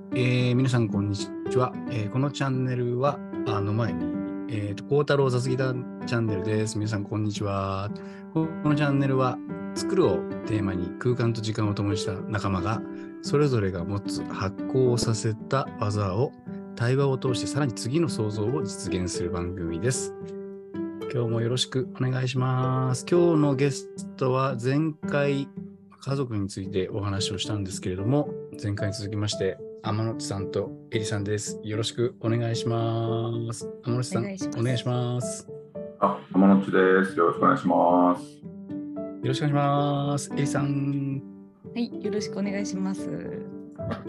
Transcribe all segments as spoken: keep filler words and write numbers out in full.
えー、皆さんこんにちは。えーこのチャンネルは、あの前に、えーと、孝太郎雑技団チャンネルです。皆さんこんにちは。このチャンネルは、作るをテーマに空間と時間を共にした仲間が、それぞれが持つ発行させた技を対話を通してさらに次の創造を実現する番組です。今日もよろしくお願いします。今日のゲストは前回家族についてお話をしたんですけれども、前回に続きまして天野さんとエリさんです。よろしくお願いします。天野さん、お願いします。 あ、天野地です。よろしくお願いします。 よろしくお願いします。エリさん。 はい、よろしくお願いします。 はい、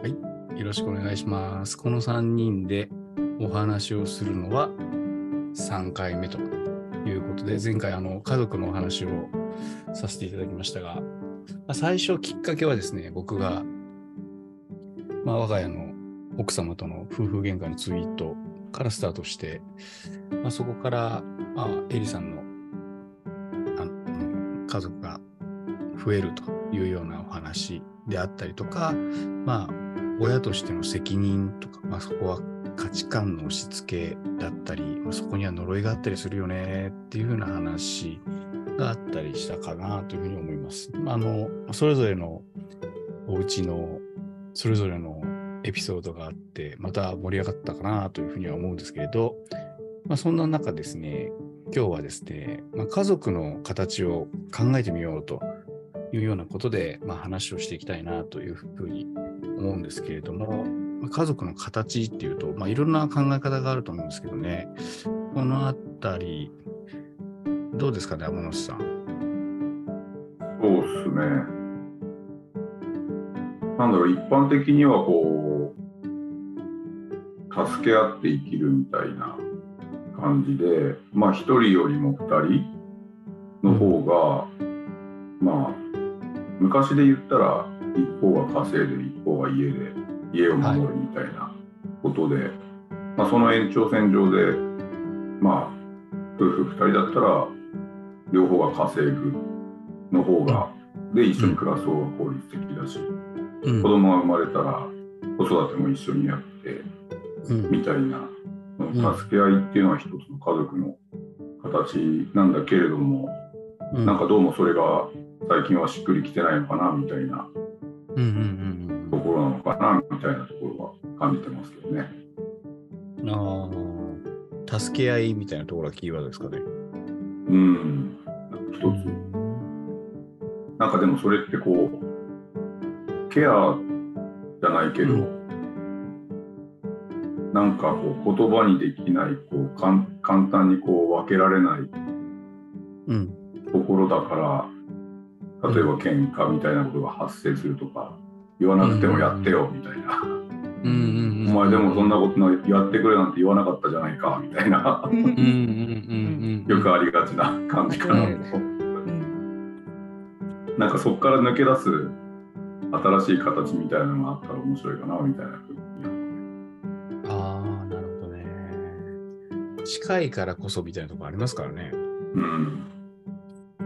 よろしくお願いします。このさんにんでお話をするのはさんかいめということで、前回あの家族のお話をさせていただきましたが、最初きっかけはですね、僕が、まあ、我が家の奥様との夫婦喧嘩のツイートからスタートして、まあ、そこから、まあ、エリさんの、あの家族が増えるというようなお話であったりとか、まあ、親としての責任とか、まあ、そこは価値観の押し付けだったり、まあ、そこには呪いがあったりするよねっていうふうな話があったりしたかなというふうに思います。あの、それぞれのお家のそれぞれのエピソードがあって、また盛り上がったかなというふうには思うんですけれど、まあ、そんな中ですね、今日はですね、まあ、家族の形を考えてみようというようなことで、まあ、話をしていきたいなというふうに思うんですけれども、まあ、家族の形っていうと、まあ、いろんな考え方があると思うんですけどね、このあたり、どうですかね、天野さん。 そうですね。なんだろう、一般的にはこう、助け合って生きるみたいな感じで、まあ一人よりも二人の方が、うん、まあ、昔で言ったら、一方が稼いで、一方が家で、家を守るみたいなことで、はい、まあその延長線上で、まあ、夫婦二人だったら、両方が稼ぐの方が、で一緒に暮らす方が効率的だし、うん、子供が生まれたら子育ても一緒にやって、うん、みたいな、うん、助け合いっていうのは一つの家族の形なんだけれども、うん、なんかどうもそれが最近はしっくりきてないのかなみたいなところなのかなみたいなところは感じてますけどね。 ああ、助け合いみたいなところがキーワードですかね。 うん、一つ。うんなんかでもそれってこうケアじゃないけど、うん、なんかこう言葉にできないこうかん簡単にこう分けられないところだから、うん、例えば喧嘩みたいなことが発生するとか、言わなくてもやってよみたいな、お前でもそんなことやってくれなんて言わなかったじゃないかみたいなよくありがちな感じかなと。なんかそこから抜け出す新しい形みたいなのがあったら面白いかなみたいなふうに。 ああ、なるほどね。近いからこそみたいなところありますからね。 うん。 うん、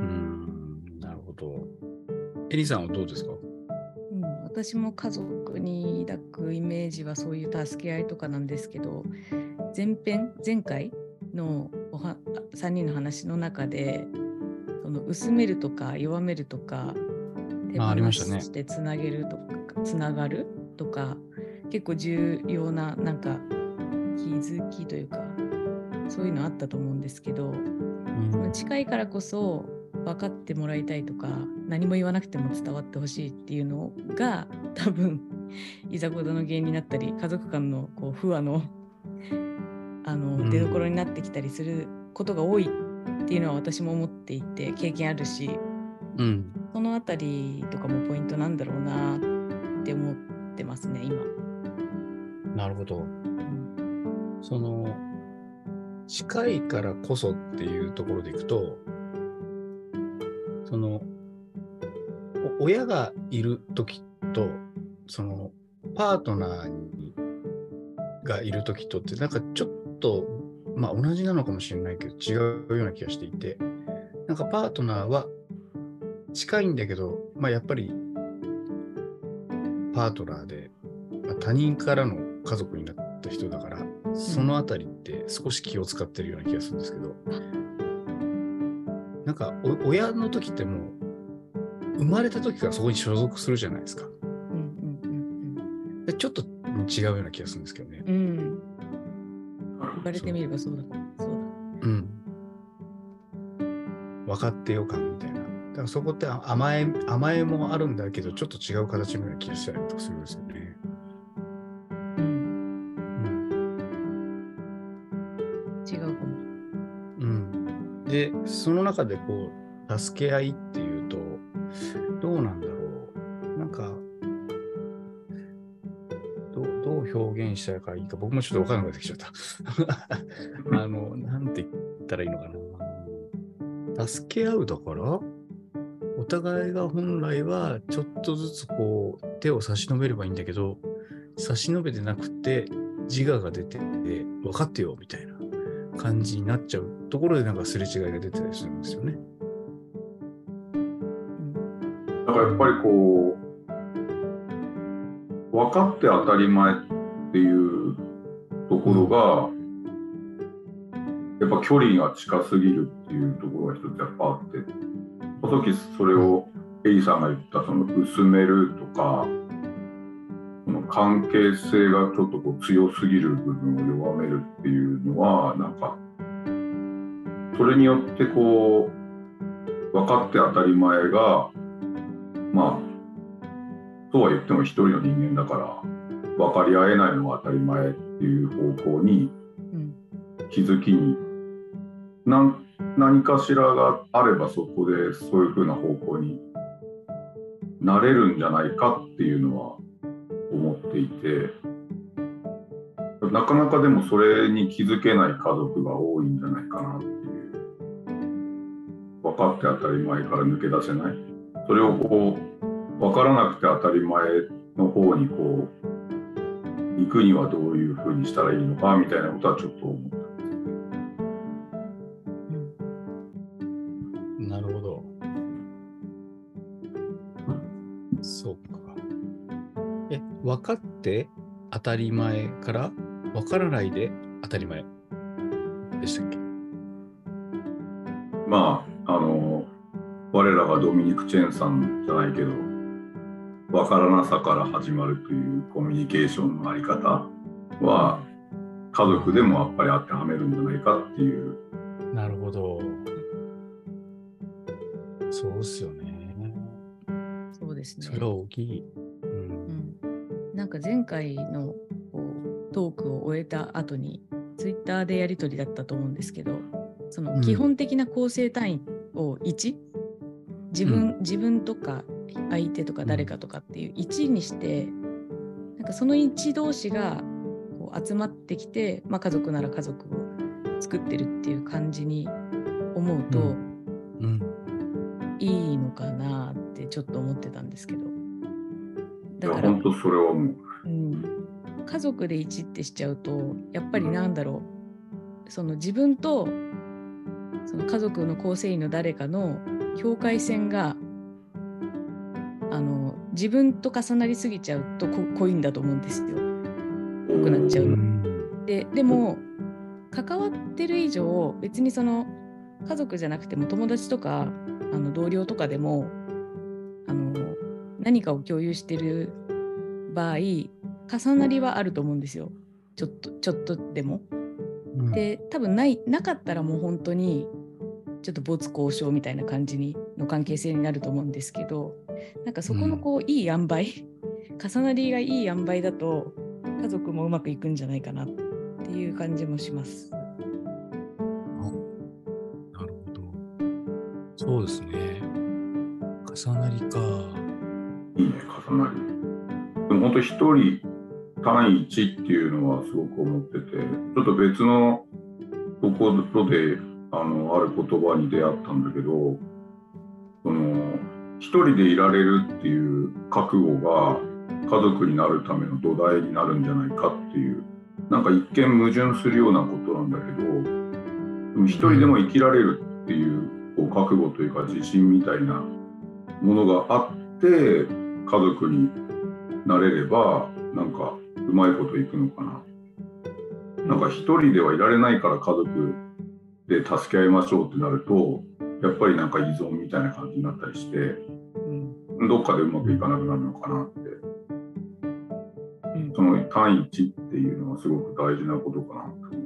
なるほど。エリさんはどうですか？ うん、私も家族に抱くイメージはそういう助け合いとかなんですけど、前編前回のおはさんにんの話の中でその薄めるとか弱めるとか手放してつなげるとか、つながるとか結構重要ななんか気づきというかそういうのあったと思うんですけど、うん、その近いからこそ分かってもらいたいとか何も言わなくても伝わってほしいっていうのが多分いざこざの原因になったり家族間のこう不和の、あの出どころになってきたりすることが多いっていうのは私も思っていて経験あるし、うん、そのあたりとかもポイントなんだろうなって思ってますね今。 なるほど、うん、その近いからこそっていうところでいくと、その親がいる時とそのパートナーにがいる時とってなんかちょっとまあ同じなのかもしれないけど違うような気がしていて、なんかパートナーは近いんだけど、まあやっぱりパートナーで他人からの家族になった人だから、そのあたりって少し気を使ってるような気がするんですけど、なんかお親の時ってもう生まれた時からそこに所属するじゃないですか。 うんうんうんでちょっと違うような気がするんですけどね。 うん。うん。言われてみればそうだ。そうだ。 うん。分かってよ感みたいな。だからそこって甘え甘えもあるんだけど、ちょっと違う形のような気がしたりとかするんですよね。 うん。 うん、 違うかも。 うん。で、その中でこう助け合いっていうとどうなんだろう。なんかどう、どう表現したらいいか、僕もちょっと分からなくなってきちゃった。あの、なんて言ったらいいのかな。助け合うだから、お互いが本来はちょっとずつこう手を差し伸べればいいんだけど、差し伸べてなくて自我が出てて分かってよみたいな感じになっちゃうところでなんかすれ違いが出てたりするんですよね。 だからやっぱりこう分かって当たり前っていうところが、うん、やっぱ距離が近すぎるっていうところが一つやっぱあって、さっきそれをエリさんが言ったその薄めるとか、その関係性がちょっとこう強すぎる部分を弱めるっていうのは、なんかそれによってこう分かって当たり前が、まあそうは言っても一人の人間だから分かり合えないのが当たり前っていう方向に気づきに、なん何かしらがあればそこでそういう風な方向になれるんじゃないかっていうのは思っていて、なかなかでもそれに気づけない家族が多いんじゃないかなっていう。分かって当たり前から抜け出せない、それをこう分からなくて当たり前の方にこう行くにはどういう風にしたらいいのかみたいなことはちょっと思った。 なるほど。そうか。え、分かって当たり前から分からないで当たり前でしたっけ？ まああの我らがドミニク・チェンさんじゃないけど、分からなさから始まるというコミュニケーションのあり方は家族でもやっぱり当てはめるんじゃないかっていう。 なるほど。そうですよね。 そうですね。 それは大きい。うんうん、なんか前回のこうトークを終えた後にツイッターでやり取りだったと思うんですけど、その基本的な構成単位をいち、自分、うん、自分とか相手とか誰かとかっていういちにして、なんかそのいち同士がこう集まってきて、まあ、家族なら家族を作ってるっていう感じに思うと、うんうん、いいのかなってちょっと思ってたんですけど、 だから本当それはもう、 うん、家族でいちってしちゃうとやっぱりなんだろう、その自分とその家族の構成員の誰かの境界線があの自分と重なりすぎちゃうと濃いんだと思うんですよ。濃くなっちゃう。で、でも関わってる以上別にその家族じゃなくても友達とかあの同僚とかでもあの何かを共有してる場合重なりはあると思うんですよ。ちょっとちょっとでも。うん、で多分ないなかったらもう本当にちょっと没交渉みたいな感じにの関係性になると思うんですけど、なんかそこのこう、うん、いい塩梅重なりがいい塩梅だと家族もうまくいくんじゃないかなっていう感じもします。 あ、なるほど。そうですね。重なりか。 いいね、重なり。でも本当一人単位いちっていうのはすごく思ってて、ちょっと別のところであのある言葉に出会ったんだけど、その一人でいられるっていう覚悟が家族になるための土台になるんじゃないかっていう、なんか一見矛盾するようなことなんだけど、でも一人でも生きられるっていうこう覚悟というか自信みたいなものがあって家族になれれば、 なんかうまいこといくのかな。なんか一人ではいられないから家族で助け合いましょうってなると、やっぱりなんか依存みたいな感じになったりして、うん、どっかでうまくいかなくなるのかなって、うん、その単位いちっていうのはすごく大事なことかなと思う。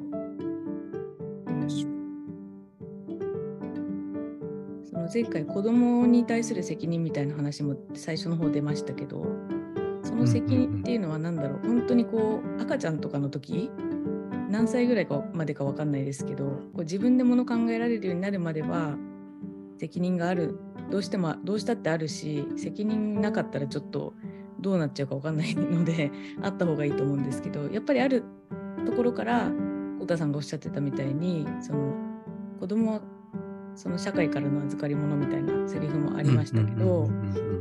その前回子供に対する責任みたいな話も最初の方出ましたけど、その責任っていうのは何だろう、本当にこう赤ちゃんとかの時何歳ぐらいかまでか分かんないですけど、こう自分でもの考えられるようになるまでは責任がある、どうしてもどうしたってあるし、責任なかったらちょっとどうなっちゃうか分かんないのであった方がいいと思うんですけど、やっぱりあるところから太田さんがおっしゃってたみたいに、その子供はその社会からの預かり物みたいなセリフもありましたけど、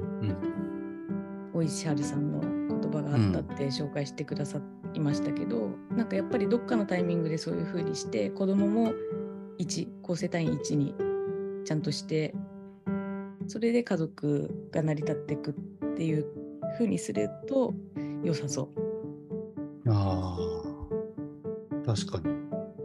大石春さんの言葉があったって紹介してくださいましたけど、うん、なんかやっぱりどっかのタイミングでそういう風にして子供もいち、構成単位いちにちゃんとして、それで家族が成り立っていくっていう風にすると良さそう。 ああ、確かに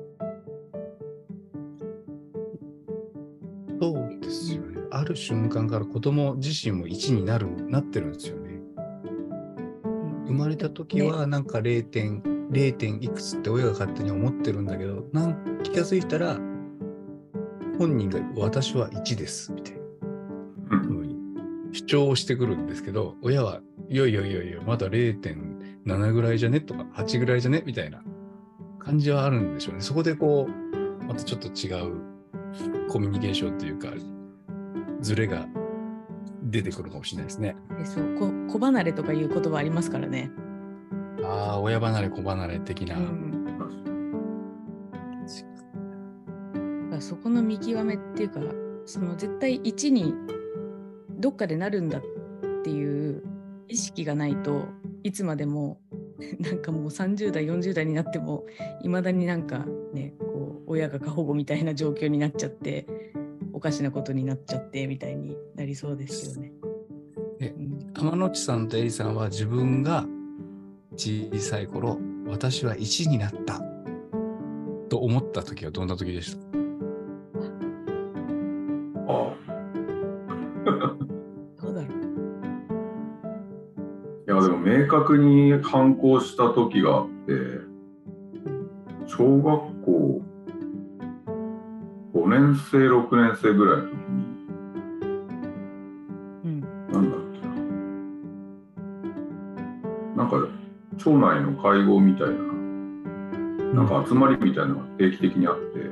そうですよね。うん、ある瞬間から子供自身もいちになるなってるんですよね。生まれた時はなんか れいてん、れいてんいくつって親が勝手に思ってるんだけど、なん気がついたら本人が私はいちですみたいなふうに主張をしてくるんですけど、親はいやいやいやいやまだ れいてんなな ぐらいじゃねとかはちぐらいじゃねみたいな感じはあるんでしょうね。そこでこうまたちょっと違うコミュニケーションというかズレが出てくるかもしれないですね。 そうこ子離れとかいう言葉ありますからね。 ああ、親離れ子離れ的な、うん、 そこの見極めっていうか、その絶対いちにどっかでなるんだっていう意識がないといつまでもなんかもうさんじゅう代よんじゅう代になってもいまだになんかね、こう親が過保護みたいな状況になっちゃっておかしなことになっちゃってみたいになりそうですよね。 え、天野地さんとエリさんは自分が小さい頃私はいちになったと思った時はどんな時でした？ ああどうだろう。 いやでも明確に反抗した時があって、小学校ごねん生ろくねん生ぐらいの時に、うん、なんだっけな、なんか町内の会合みたいな、なんか集まりみたいなのが定期的にあって、うん、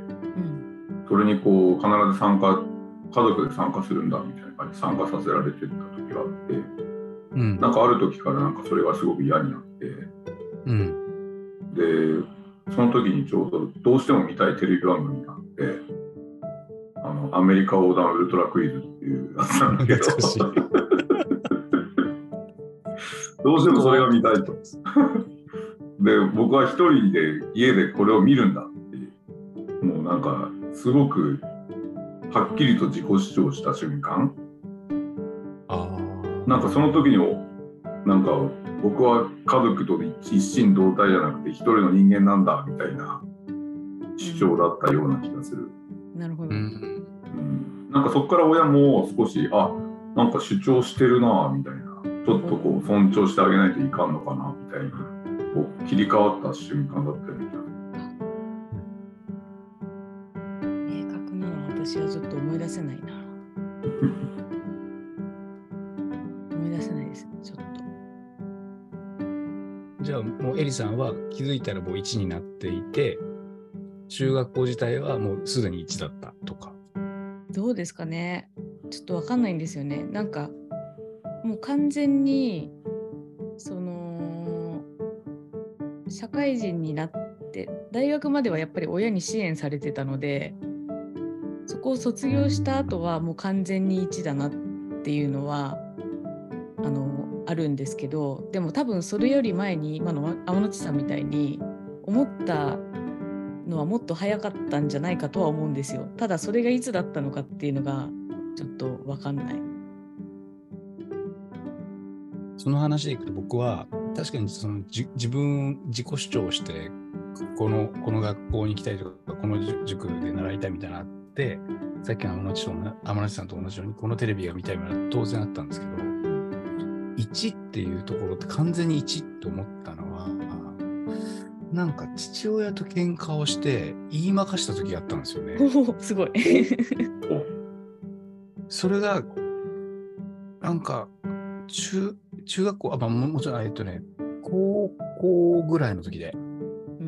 それにこう必ず参加、家族で参加するんだみたいな感じで参加させられてた時があって、うん、なんかある時からなんかそれがすごく嫌になって、うん、でその時にちょうどどうしても見たいテレビ番組があって、あのアメリカ横断ウルトラクイズっていうやつなんだけどどうしてもそれが見たいとで僕は一人で家でこれを見るんだってもうなんかすごくはっきりと自己主張した瞬間、あなんかその時になんか僕は家族と一心同体じゃなくて一人の人間なんだみたいな主張だったような気がする。 なるほど、うん、 なんかそこから親も少しあなんか主張してるなみたいな、ちょっとこう尊重してあげないといかんのかなみたいなこう切り替わった瞬間だったよみたいな。 明確なの私はちょっと思い出せないな思い出せないですちょっと。 じゃあもうエリさんは気づいたらもういちになっていて、中学校自体はもうすでにいちだったとか。 どうですかね。ちょっと分かんないんですよね。なんかもう完全にその社会人になって大学まではやっぱり親に支援されてたので、そこを卒業した後はもう完全にいちだなっていうのはあのあるんですけど、でも多分それより前に今の天野地さんみたいに思ったのはもっと早かったんじゃないかとは思うんですよ。ただそれがいつだったのかっていうのがちょっと分かんない。 その話でいくと僕は確かにそのじ自分自己主張してこのこの学校に行きたいとかこの塾で習いたいみたいなのあって、さっきの天地と天地さんと同じようにこのテレビが見たいみたいな当然あったんですけど、いちっていうところって完全にいちと思ったのは、なんか父親と喧嘩をして言いまかした時があったんですよね。 おすごい。 それがなんか中中学校あ、まあ、もちろんえっとね高校ぐらいの時で、 うん、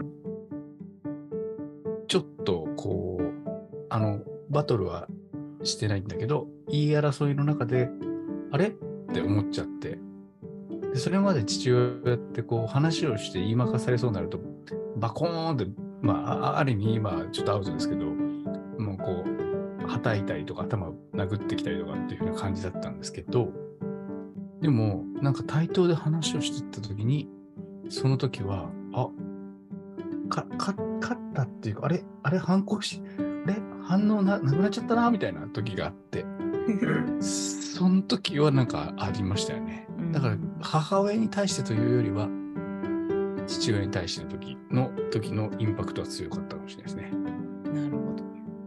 ちょっとこうあのバトルはしてないんだけど言い争いの中であれって思っちゃって、でそれまで父親ってこう話をして言いまかされそうになるとバコーンって、まあ、ある意味今ちょっとアウトですけどもうこうはたいたりとか頭を殴ってきたりとかっていう風な感じだったんですけど、でもなんか対等で話をしてった時にその時はあかか勝ったっていうかあれあれ反抗しあれ反応ななくなっちゃったなみたいな時があってその時はなんかありましたよね。だから母親に対してというよりは父親に対しての時の時のインパクトは強かったかもしれないですね。 なるほど。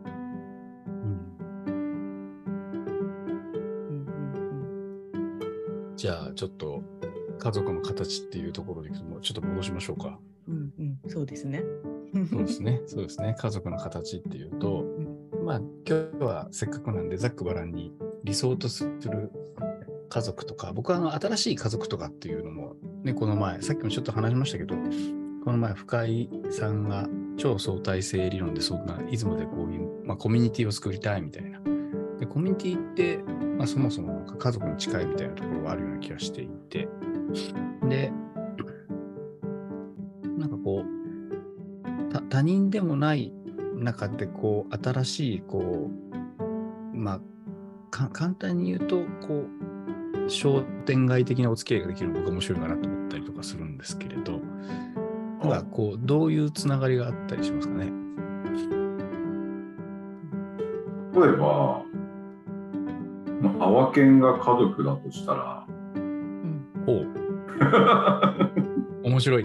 じゃあちょっと家族の形っていうところでいくともうちょっと戻しましょうか。 うんうん、そうですね。 そうですね。そうですね。家族の形っていうと、うん、まあ今日はせっかくなんでざっくばらんに理想とする家族とか、僕はあの新しい家族とかっていうのもね、この前さっきもちょっと話しましたけど、この前深井さんが超相対性理論でそんな出雲でこういう、まあ、コミュニティを作りたいみたいな。でコミュニティって、まあ、そもそもなんか家族に近いみたいなところがあるような気がしていて、で、なんかこう、た他人でもない中でこう、新しいこう、まあ、か簡単に言うと、こう、商店街的なお付き合いができるのが僕は面白いかなと思ったりとかするんですけれど、なんかこう、どういうつながりがあったりしますかね。 例えば、まあ、アワケンが家族だとしたら、 うん、ほう面白い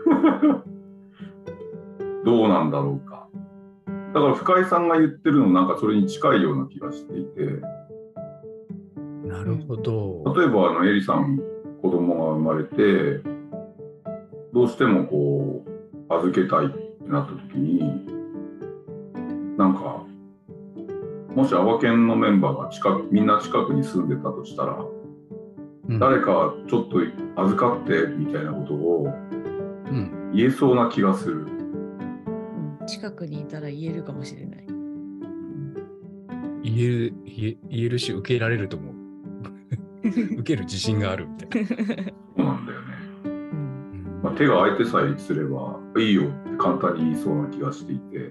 どうなんだろうか。だから深井さんが言ってるのなんかそれに近いような気がしていて、 なるほど。 例えばあのエリさん子供が生まれてどうしてもこう預けたいってなった時に、なんかもしアワケンのメンバーが近くみんな近くに住んでたとしたら、うん、誰かちょっと預かってみたいなことを言えそうな気がする、 うんうん、近くにいたら言えるかもしれない。 言える、言え、言えるし受けられると思う受ける自信があるみたいなそうなんだよね、うんまあ、手が空いてさえすればいいよって簡単に言いそうな気がしていて、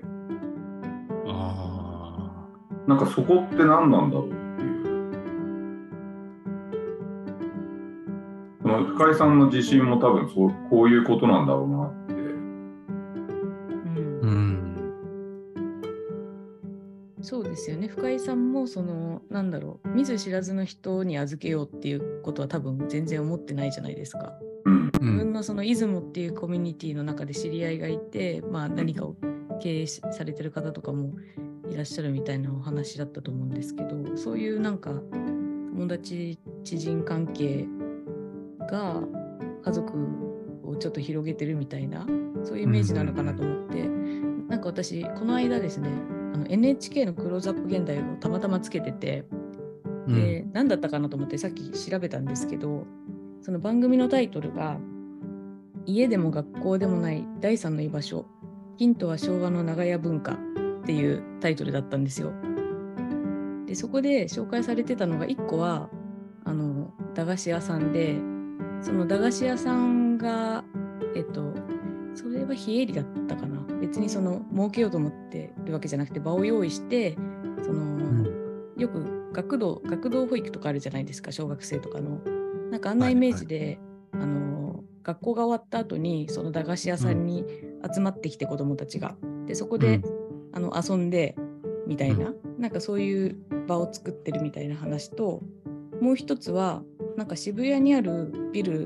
あなんかそこって何なんだろうっていう、この深井さんの自信も多分そうこういうことなんだろうなって、 うんうんそうですよね。深井さんもそのなんだろう見ず知らずの人に預けようっていうことは多分全然思ってないじゃないですか。うん、自分のその出雲っていうコミュニティの中で知り合いがいて、まあ、何かを経営されてる方とかもいらっしゃるみたいなお話だったと思うんですけど、そういうなんか友達知人関係が家族をちょっと広げてるみたいなそういうイメージなのかなと思って、なんか私この間ですねあの エヌエイチケー のクローズアップ現代をたまたまつけてて、で、うん、何だったかなと思ってさっき調べたんですけど、その番組のタイトルが家でも学校でもない第三の居場所、ヒントは昭和の長屋文化っていうタイトルだったんですよ。でそこで紹介されてたのがいっこはあの駄菓子屋さんで、その駄菓子屋さんがえっとそれは非営利だったかな。別にその儲けようと思ってるわけじゃなくて場を用意してその、うん、よく学童学童保育とかあるじゃないですか、小学生とかのなんかあんなイメージで、はいはい、あの学校が終わった後にその駄菓子屋さんに集まってきて子どもたちが、うん、でそこで、うん、あの遊んでみたいな、うん、なんかそういう場を作ってるみたいな話と、もう一つはなんか渋谷にあるビル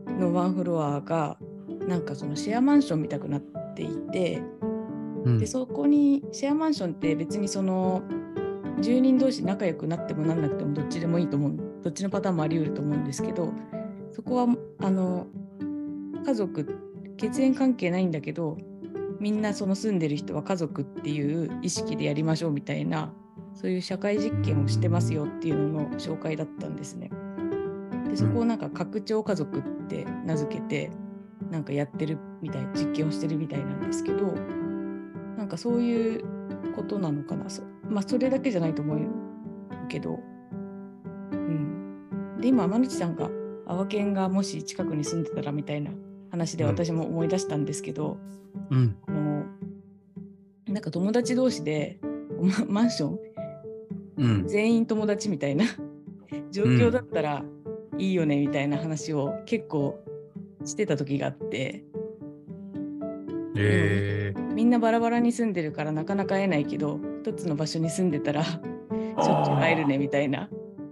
のワンフロアがなんかそのシェアマンションみたくなっていて、 うん、 でそこにシェアマンションって別にその住人同士仲良くなってもなんなくてもどっちでもいいと思う、どっちのパターンもあり得ると思うんですけど、そこはあの家族血縁関係ないんだけどみんなその住んでる人は家族っていう意識でやりましょうみたいな、そういう社会実験をしてますよっていうのの紹介だったんですね。でそこをなんか拡張家族って名付けてなんかやってるみたい、実験をしてるみたいなんですけど、なんかそういうことなのかな。そまあそれだけじゃないと思うけど、うん。で今天野さんが阿波健がもし近くに住んでたらみたいな話で私も思い出したんですけど、 うん、 あのなんか友達同士で、ま、マンション、 うん、 全員友達みたいな状況だったらいいよねみたいな話を結構してた時があって、 えー、 みんなバラバラに住んでるからなかなか会えないけど一つの場所に住んでたらしょっちゅう会えるねみたいな、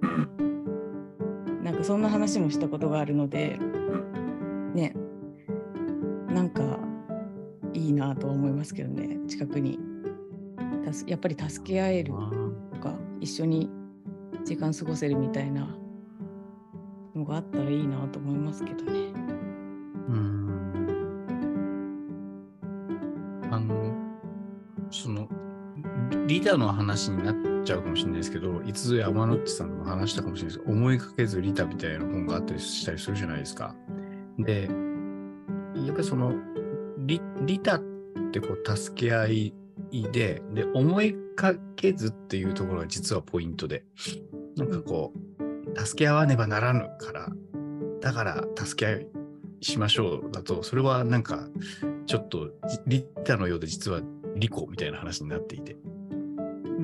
なんかそんな話もしたことがあるのでね、なんかいいなとは思いますけどね。近くにたすやっぱり助け合えるとか一緒に時間過ごせるみたいなのがあったらいいなと思いますけどね。 うーん、あのそのリーダーの話になっちゃうかもしれないですけど、いつぞや天野っちさんも話したかもしれないですけど、思いかけずリタみたいな本があったりしたりするじゃないですか。で、やっぱりその リ, リタってこう助け合いで、で思いかけずっていうところが実はポイントで、なんかこう助け合わねばならぬから、だから助け合いしましょうだと、それはなんかちょっとリタのようで実は利己みたいな話になっていて、 うん、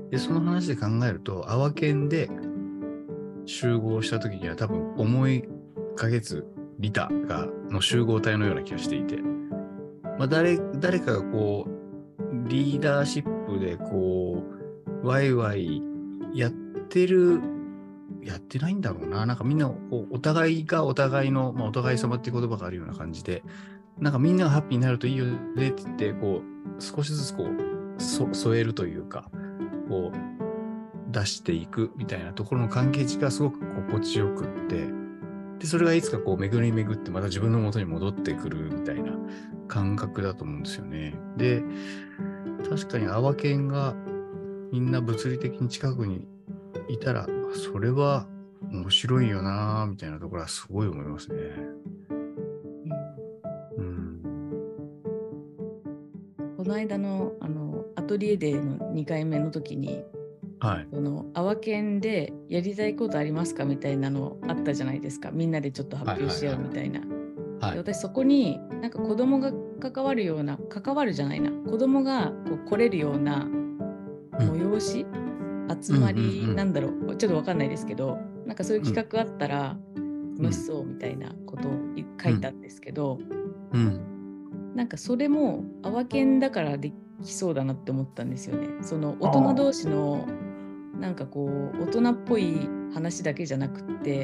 でその話で考えると、阿波県で集合した時には多分思いかけずリタがの集合体のような気がしていて、まあ、誰誰かがこうリーダーシップでこうワイワイやってるやってないんだろうな。なんかみんなこうお互いがお互いの、まあ、お互い様っていう言葉があるような感じで、なんかみんながハッピーになるといいよねって言ってこう少しずつこうそ添えるというか、こう出していくみたいなところの関係値がすごく心地よくって、でそれがいつかこう巡り巡ってまた自分の元に戻ってくるみたいな感覚だと思うんですよね。で、確かに阿波県がみんな物理的に近くにいたら、それは面白いよなみたいなところはすごい思いますね。うん、 この間の、あのアトリエデーのにかいめの時に、 はい、 その阿波県でやりたいことありますかみたいなのあったじゃないですか。みんなでちょっと発表し合うみたいな。 はいはいはいはい、 で私そこになんか子供が関わるような、関わるじゃないな、子供がこう来れるような催し、うん、集まり、なんだろう、ちょっと分かんないですけど、なんかそういう企画あったら楽しそうみたいなことを書いたんですけど、うんうん、なんかそれも阿波県だからできそうだなって思ったんですよね。その大人同士のなんかこう大人っぽい話だけじゃなくって、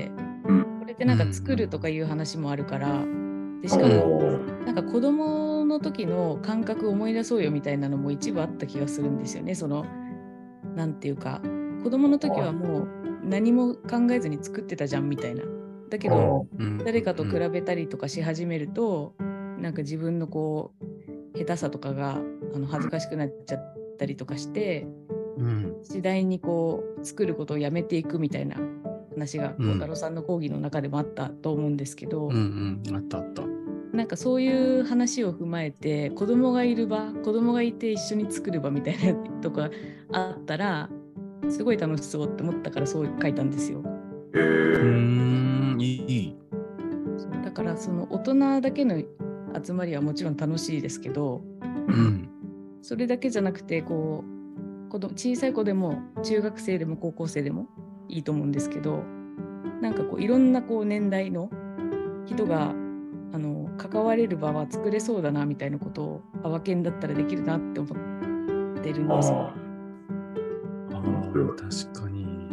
これってなんか作るとかいう話もあるから、でしかもなんか子供の時の感覚を思い出そうよみたいなのも一部あった気がするんですよね。そのなんていうか、子供の時はもう何も考えずに作ってたじゃんみたいな。だけど誰かと比べたりとかし始めると、なんか自分のこう下手さとかがあの恥ずかしくなっちゃったりとかして、うん、次第にこう作ることをやめていくみたいな話が孝太郎さんの講義の中でもあったと思うんですけど、 うんうん、あったあった。 なんかそういう話を踏まえて、子供がいる場、子供がいて一緒に作る場みたいなとかあったらすごい楽しそうって思ったからそう書いたんですよ。 へー、 うーん、いい。 そうだからその大人だけの集まりはもちろん楽しいですけど、うん、それだけじゃなくてこう子供小さい子でも中学生でも高校生でもいいと思うんですけど、なんかこういろんなこう年代の人があの関われる場は作れそうだなみたいなことを阿波県だったらできるなって思ってるんですよ。 ああ、確かに。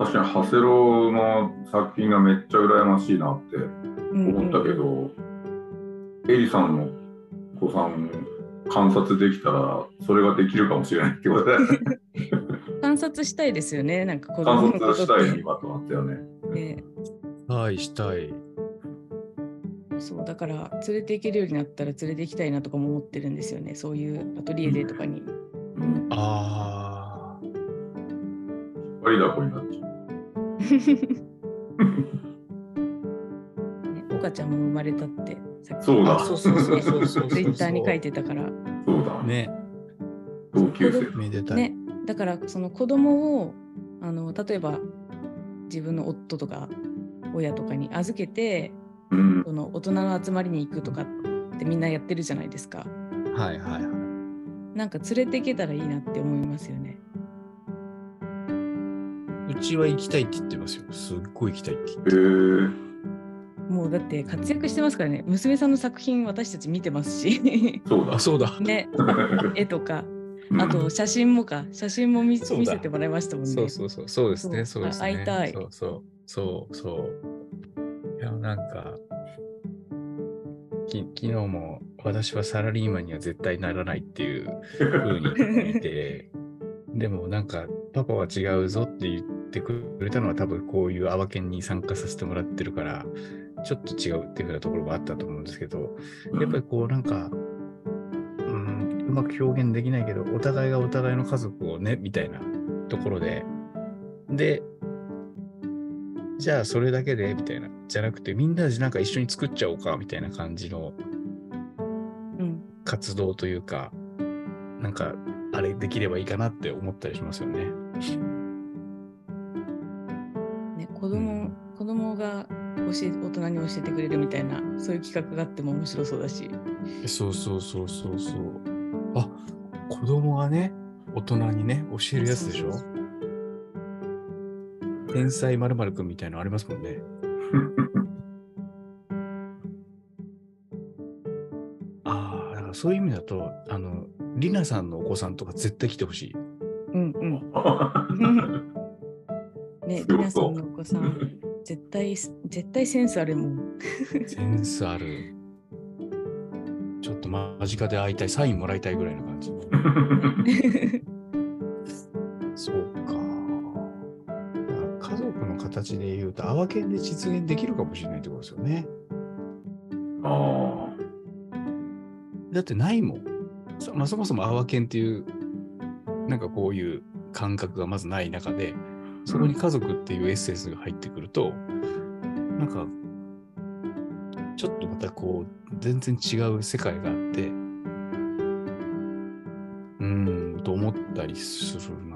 確かに長谷郎の作品がめっちゃ羨ましいなって思ったけど、うんうんうん、エリさんのお子さん観察できたらそれができるかもしれないってことで観察したいですよね。なんか子供のことって観察したい今とあったよね。 ね、 はいしたい。 そうだから連れて行けるようになったら連れて行きたいなとかも思ってるんですよね。そういうアトリエデーとかに。 うん、 ああ。 ありだこになっちゃう。ね、岡ちゃんも生まれたってさっき。 そうだ。 そうそうそうそうそう。 ツイッターに書いてたから。 そうだね。 同級生めでたい。 ね、だからその子供をあの例えば自分の夫とか親とかに預けて、うん、その大人の集まりに行くとかってみんなやってるじゃないですか。 はいはいはい。 なんか連れて行けたらいいなって思いますよね。 うちは行きたいって言ってますよ。すっごい行きたいって言って。 へー、 もうだって活躍してますからね。娘さんの作品私たち見てますし。 そうだそうだ。 ね、絵とか。あと写真もか、写真も 見, 見せてもらいましたもんね。 そうそうそう、そうですね、そうですね。 会いたい。 そうそうそうそう。いや、なんか、き昨日も私はサラリーマンには絶対ならないっていう風に言ってて、でもなんか、パパは違うぞって言ってくれたのは多分こういうアワケンに参加させてもらってるから、ちょっと違うっていう風なところがあったと思うんですけど、やっぱりこうなんか、うまく表現できないけど、お互いがお互いの家族をね、みたいなところで、で、じゃあそれだけで、みたいな、じゃなくて、みんなでなんか一緒に作っちゃおうか、みたいな感じの活動というか、うん、なんか、あれできればいいかなって思ったりしますよね。 ね、子供、うん、子供が教え、大人に教えてくれるみたいな、そういう企画があっても面白そうだし。 そうそうそうそうそう。あ、子供がね、大人にね、教えるやつでしょ。そうそうそう、天才〇〇くんみたいなのありますもんね。ああ、だからそういう意味だと、あの、リナさんのお子さんとか絶対来てほしい。 うんうん。ね、リナさんのお子さん、絶対、絶対センスあるもん。 センスある。ちょっと間近で会いたい、サインもらいたいぐらいの感じ。そうか。家族の形で言うと、アワケンで実現できるかもしれないってことですよね。 ああ。 だってないもん。そ、まあ、そもそもアワケンっていう、なんかこういう感覚がまずない中で、そこに家族っていうエッセンスが入ってくると、なんか、ちょっとまたこう、全然違う世界があって、うーん、と思ったりするな。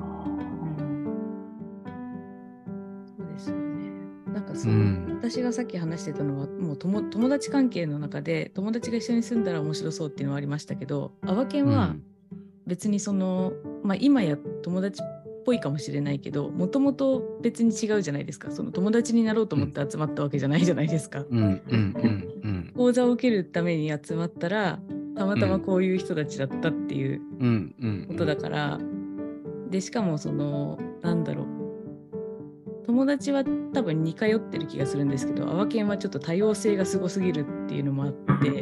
そうですよね。なんかそう、うん、私がさっき話してたのは、もう友、友達関係の中で、友達が一緒に住んだら面白そうっていうのはありましたけど、アワケンは別にその、うん、まあ今や友達っぽいかもしれないけど、もともと別に違うじゃないですか。その友達になろうと思って集まったわけじゃないじゃないですか。講座を受けるために集まったら、たまたまこういう人たちだったっていうことだから、うんうんうん、でしかもそのなんだろう、友達は多分似通ってる気がするんですけど、アワケンはちょっと多様性がすごすぎるっていうのもあって、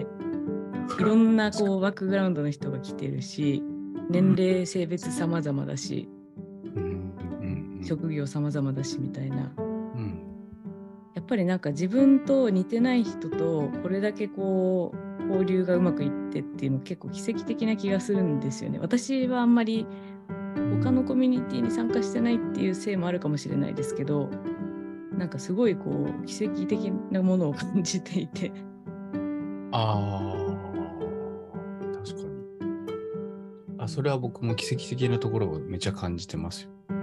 いろんなこうバックグラウンドの人が来てるし、年齢性別様々だし、職業様々だしみたいな、うん、やっぱりなんか自分と似てない人とこれだけこう交流がうまくいってっていうの結構奇跡的な気がするんですよね。私はあんまり他のコミュニティに参加してないっていうせいもあるかもしれないですけど、なんかすごいこう奇跡的なものを感じていて。 ああ、確かに。あ、それは僕も奇跡的なところをめちゃ感じてますよ。 うん、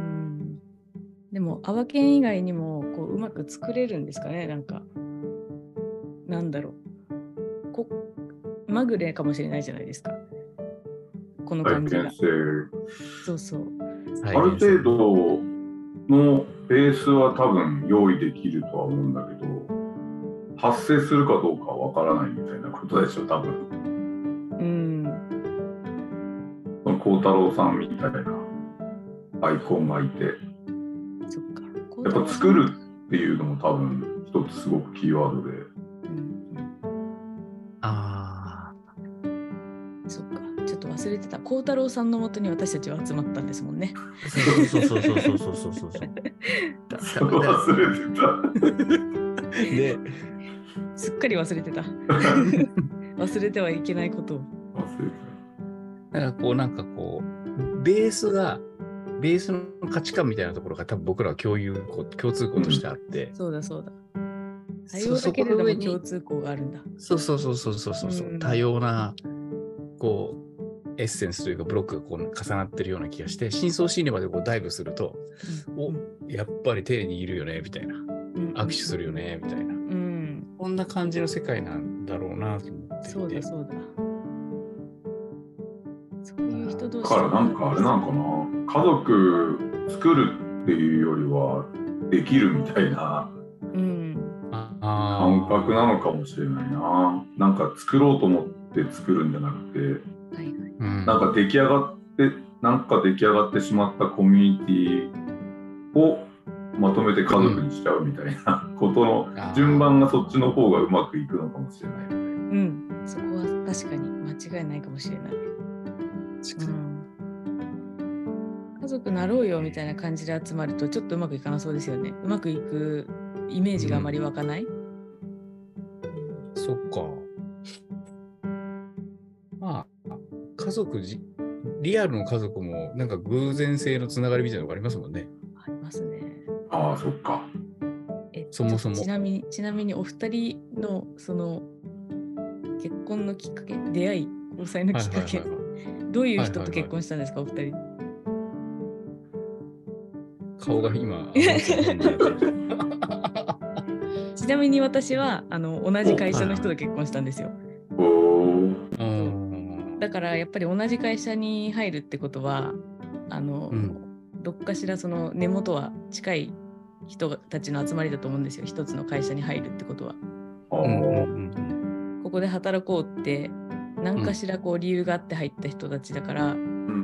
でもアワケン以外にもこううまく作れるんですかね。なんかなんだろう、こまぐれかもしれないじゃないですか、この感じが。そうそう。 ある程度のベースは多分用意できるとは思うんだけど、発生するかどうかはわからないみたいなことでしょ多分。うん。幸太郎さんみたいなアイコンがいて。 そっか。 やっぱ作るっていうのも多分一つすごくキーワードで、 ああ、 そっか、ちょっと忘れてた。孝太郎さんのもとに私たちは集まったんですもんね。 そうそうそうそうそうそうそうそう。 それ忘れてた。 で、 すっかり忘れてた。忘れてはいけないことを。 忘れてだからこうなんかこうベースがベースの価値観みたいなところが多分僕らは共有共通項としてあって、うん、 そうだそうだ。多様だけれども共通項があるんだ。 そうそうそうそうそうそうそう、うん、多様なこうエッセンスというかブロックがこう重なってるような気がして、深層心理までこうダイブすると、うん、おやっぱり手にいるよねみたいな、うん、握手するよねみたいな、うん、こんな感じの世界なんだろうなと思っていて。 そうだそうだ。そういう人同士だからなんかあれなんかな、家族作るっていうよりはできるみたいな感覚なのかもしれないな。なんか作ろうと思って作るんじゃなくて、はいはい、なんか出来上がってなんか出来上がってしまったコミュニティをまとめて家族にしちゃうみたいなことの順番がそっちの方がうまくいくのかもしれないみたいな。うん、 そこは確かに間違いないかもしれない。うん、家族なろうよみたいな感じで集まるとちょっとうまくいかなそうですよね。うまくいくイメージがあまり湧かない、うん、 そっか。まあ家族じリアルの家族もなんか偶然性のつながりみたいなのがありますもんね。 ありますね。 ああ、そっか。 えそもそもちなみにちなみにお二人のその結婚のきっかけ、出会い、交際のきっかけ、はいはいはいはい、どういう人と結婚したんですか、はいはいはい、お二人。顔が今ちなみに私はあの同じ会社の人と結婚したんですよ。だからやっぱり同じ会社に入るってことはあの、うん、どっかしらその根元は近い人たちの集まりだと思うんですよ。一つの会社に入るってことは。ここで働こうって何かしらこう理由があって入った人たちだから、うん、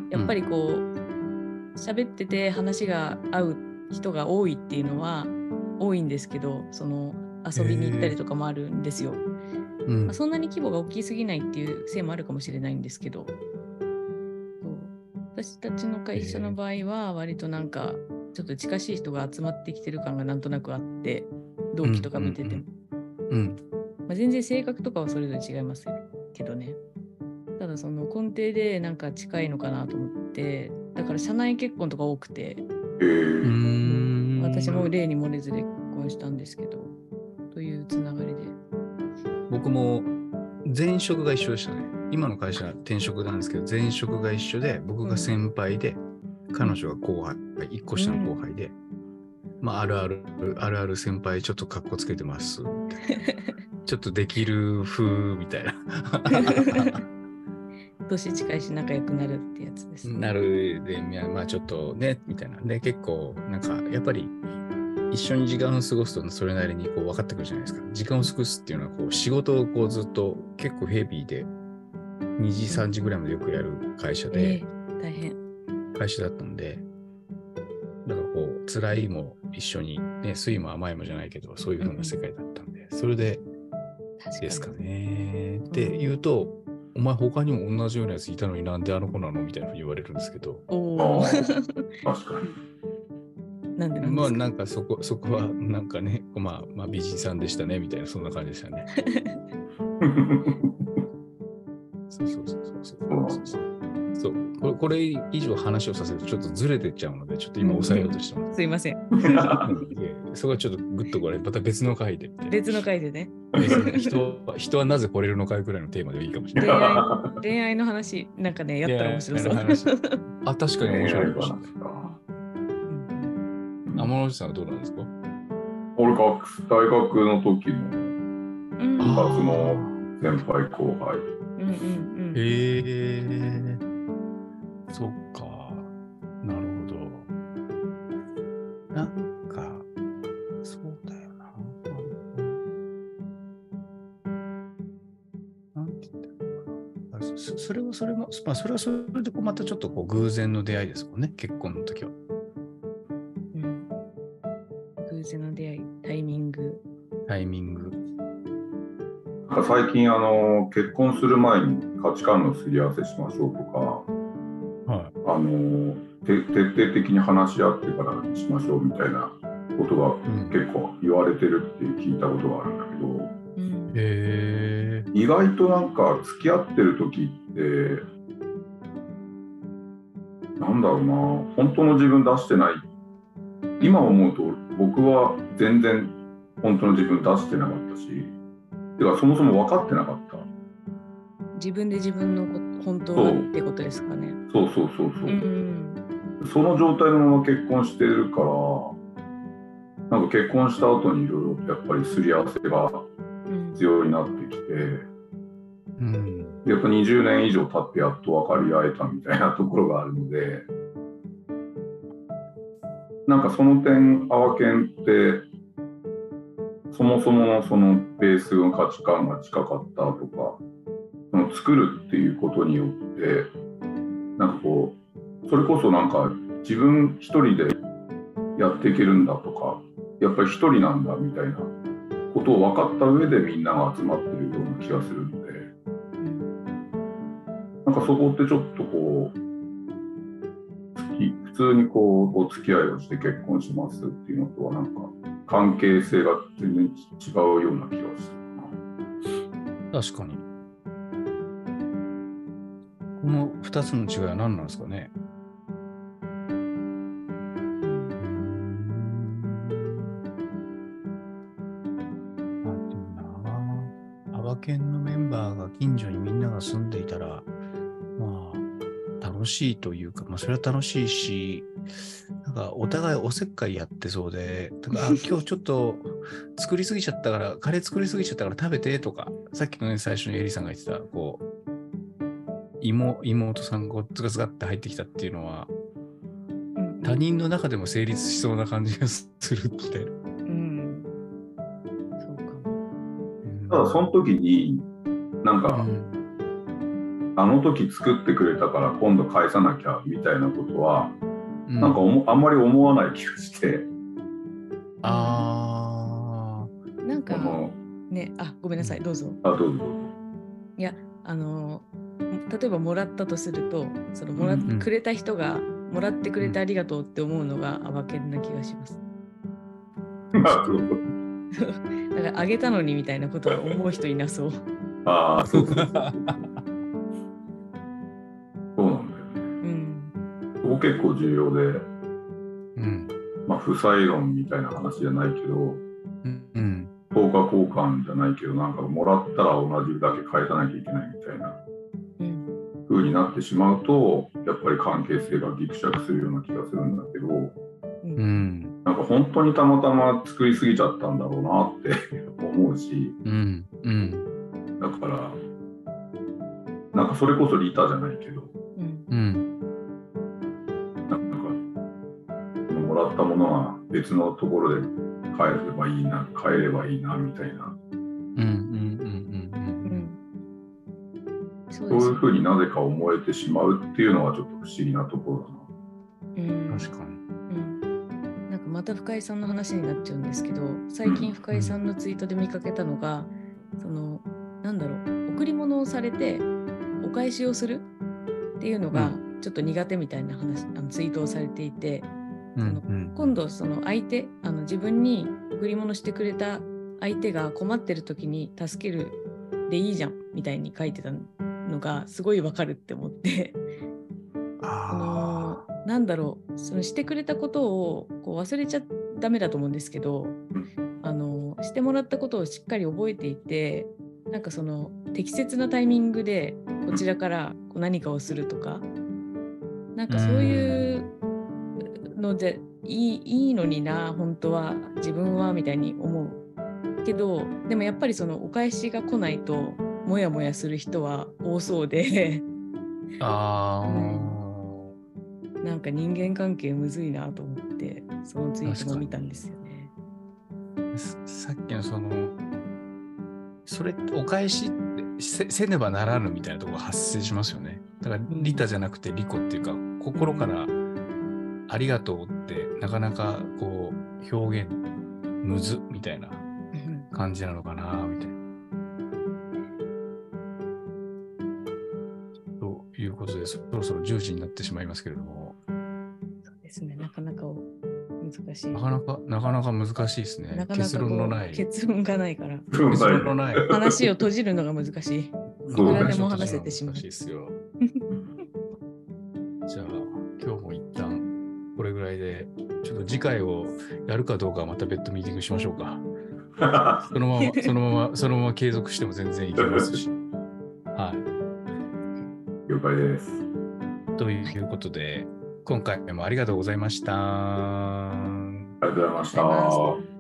やっぱりこう喋ってて話が合う人が多いっていうのは多いんですけど、その遊びに行ったりとかもあるんですよ。うんまあ、そんなに規模が大きすぎないっていうせいもあるかもしれないんですけど、私たちの会社の場合は割となんかちょっと近しい人が集まってきてる感がなんとなくあって、同期とか見てても、うんうんうんまあ、全然性格とかはそれぞれ違いますけどね。ただその根底でなんか近いのかなと思って、だから社内結婚とか多くて、うーん私も例に漏れずで結婚したんですけど、というつながりで。僕も前職が一緒でしたね。今の会社は転職なんですけど、前職が一緒で、僕が先輩で、うん、彼女が後輩、一個下の後輩で、うん、まああるあるあるある先輩ちょっとカッコつけてますちょっとできる風みたいな年近いし仲良くなるってやつです、ね、 なるで、まあちょっとねみたいなで、結構なんかやっぱり一緒に時間を過ごすとそれなりにこう分かってくるじゃないですか。時間を過ごすっていうのはこう仕事をこうずっと結構ヘビーでにじさんじぐらいまでよくやる会社で、えー、大変会社だったんで、だからこう辛いも一緒にね、酸いも甘いもじゃないけどそういう風な世界だったんで、うん、それでですかねって言うと、お前他にも同じようなやついたのになんであの子なのみたいなふうに言われるんですけど、 お確かになんでなんですか。 まあなんかそこそこはなんかね、まあまあ美人さんでしたねみたいなそんな感じでしたね。そうそうそうそうそうそうそうこれこれ以上話をさせるとちょっとずれてっちゃうのでちょっと今抑えようとしてます。 すいません。 そこはちょっとグッとこれまた別の回で。 別の回でね。 人は人はなぜ来れるのかくらいのテーマでいいかもしれない。 恋愛恋愛の話なんかねやったら面白そう。 あ確かに面白いかもしれない。天野さんはどうなんですか？ 俺が大学の時の部活の先輩後輩。 うんうんうん、 へえ、そっか、なるほど。なんかそうだよな。なんて言ったのかな。そ, それはそれも、まあ、それはそれでこうまたちょっとこう偶然の出会いですもんね、結婚の時は。 性の出会い、タイミング。 タイミング。 なんか最近あの結婚する前に価値観のすり合わせしましょうとか、 はい、 あのて徹底的に話し合ってからにしましょうみたいなことが結構言われてるって聞いたことがあるんだけど、 うん、 へー。 意外となんか付き合ってる時ってなんだろうな、本当の自分出してない。今思うと僕は全然本当の自分出してなかったし、てかそもそも分かってなかった。 自分で自分のこ本当はってことですかね。 そうそうそうそう、 うん、 その状態のまま結婚してるから、なんか結婚した後にいろいろやっぱりすり合わせが必要になってきて、 うん、 やっぱにじゅうねん以上経ってやっと分かり合えたみたいなところがあるので、なんかその点アワケンってそもそものそのベースの価値観が近かったとか、その作るっていうことによってなんかこうそれこそなんか自分一人でやっていけるんだとか、やっぱり一人なんだみたいなことを分かった上でみんなが集まってるような気がするので、なんかそこってちょっとこう普通にこうお付き合いをして結婚しますっていうのとはなんか関係性が全然違うような気がするな。 確かに。このふたつの違いは何なんですかね。なんていうな、アバケンのメンバーが近所にみんなが住んでいたら、まあ楽しいというか、まあそれは楽しいし、なんかお互いおせっかいやってそうで、とかあ今日ちょっと作りすぎちゃったから、カレー作りすぎちゃったから食べてとか、さっきのね最初にエリさんが言ってたこう。妹, 妹さんがズガズガって入ってきたっていうのは、うん、他人の中でも成立しそうな感じがするみたいな。うん、 そうかも。 ただその時になんか、うん、あの時作ってくれたから今度返さなきゃみたいなことは、うん、なんかあんまり思わない気がして。 ああ。なんかね、あ、ごめんなさい、どうぞ。 あ、どうぞどうぞ。 いや、あの例えばもらったとすると、そのもらってくれた人が、うん、もらってくれてありがとうって思うのがアバケンな気がします。 なるほど。 だからあげたのにみたいなことを思う人いなそう。 ああ、そうそうそうそう。そうなんだよね。うん。そこ結構重要で、うん、まあ負債論みたいな話じゃないけど、うんうん、等価交換じゃないけど、なんかもらったら同じだけ返さなきゃいけないみたいな。風になってしまうと、やっぱり関係性がギクシャクするような気がするんだけど、うん、なんか本当にたまたま作りすぎちゃったんだろうなって思うし、うんうん、だからなんかそれこそリタじゃないけど、うん、なんかもらったものは別のところで返せばいいな、変えればいいなみたいな。うんうんうんうんそういうふうになぜか思えてしまうっていうのはちょっと不思議なところだな。 うん、確かに、うん。なんかまた深井さんの話になっちゃうんですけど、最近深井さんのツイートで見かけたのが、うん、そのなんだろう、贈り物をされてお返しをするっていうのがちょっと苦手みたいな話、あのツイートをされていて、うんうん、その今度その相手、あの自分に贈り物してくれた相手が困ってる時に助けるでいいじゃんみたいに書いてたのがすごいわかるって思ってあのなんだろう、そのしてくれたことをこう忘れちゃダメだと思うんですけど、あのしてもらったことをしっかり覚えていて、なんかその適切なタイミングでこちらからこう何かをするとか、なんかそういうのでいい、いいのにな本当は自分はみたいに思うけど、でもやっぱりそのお返しが来ないともやもやする人は多そうであ、うん、なんか人間関係むずいなと思ってそのツイートも見たんですよね。 さっきのそのそれお返しせ、せねばならぬみたいなところが発生しますよね。だからリタじゃなくてリコっていうか、うん、心からありがとうってなかなかこう表現むずみたいなうん感じなのかなみたいな。ということで、そろそろじゅうじになってしまいますけれども、 そうですね、なかなか難しい。 なかなか、なかなか難しいですね。 なかなか結論のない。 結論がないから、 結論のない。 話を閉じるのが難しい。いくらでも話せてしまう。 難しいですよ。じゃあ、今日も一旦これぐらいで、ちょっと次回をやるかどうかはまた別途ミーティングしましょうか。そのまま、そのまま、そのまま継続しても全然いけますし。はい。 了解です。 ということで、今回もありがとうございました。 ありがとうございました。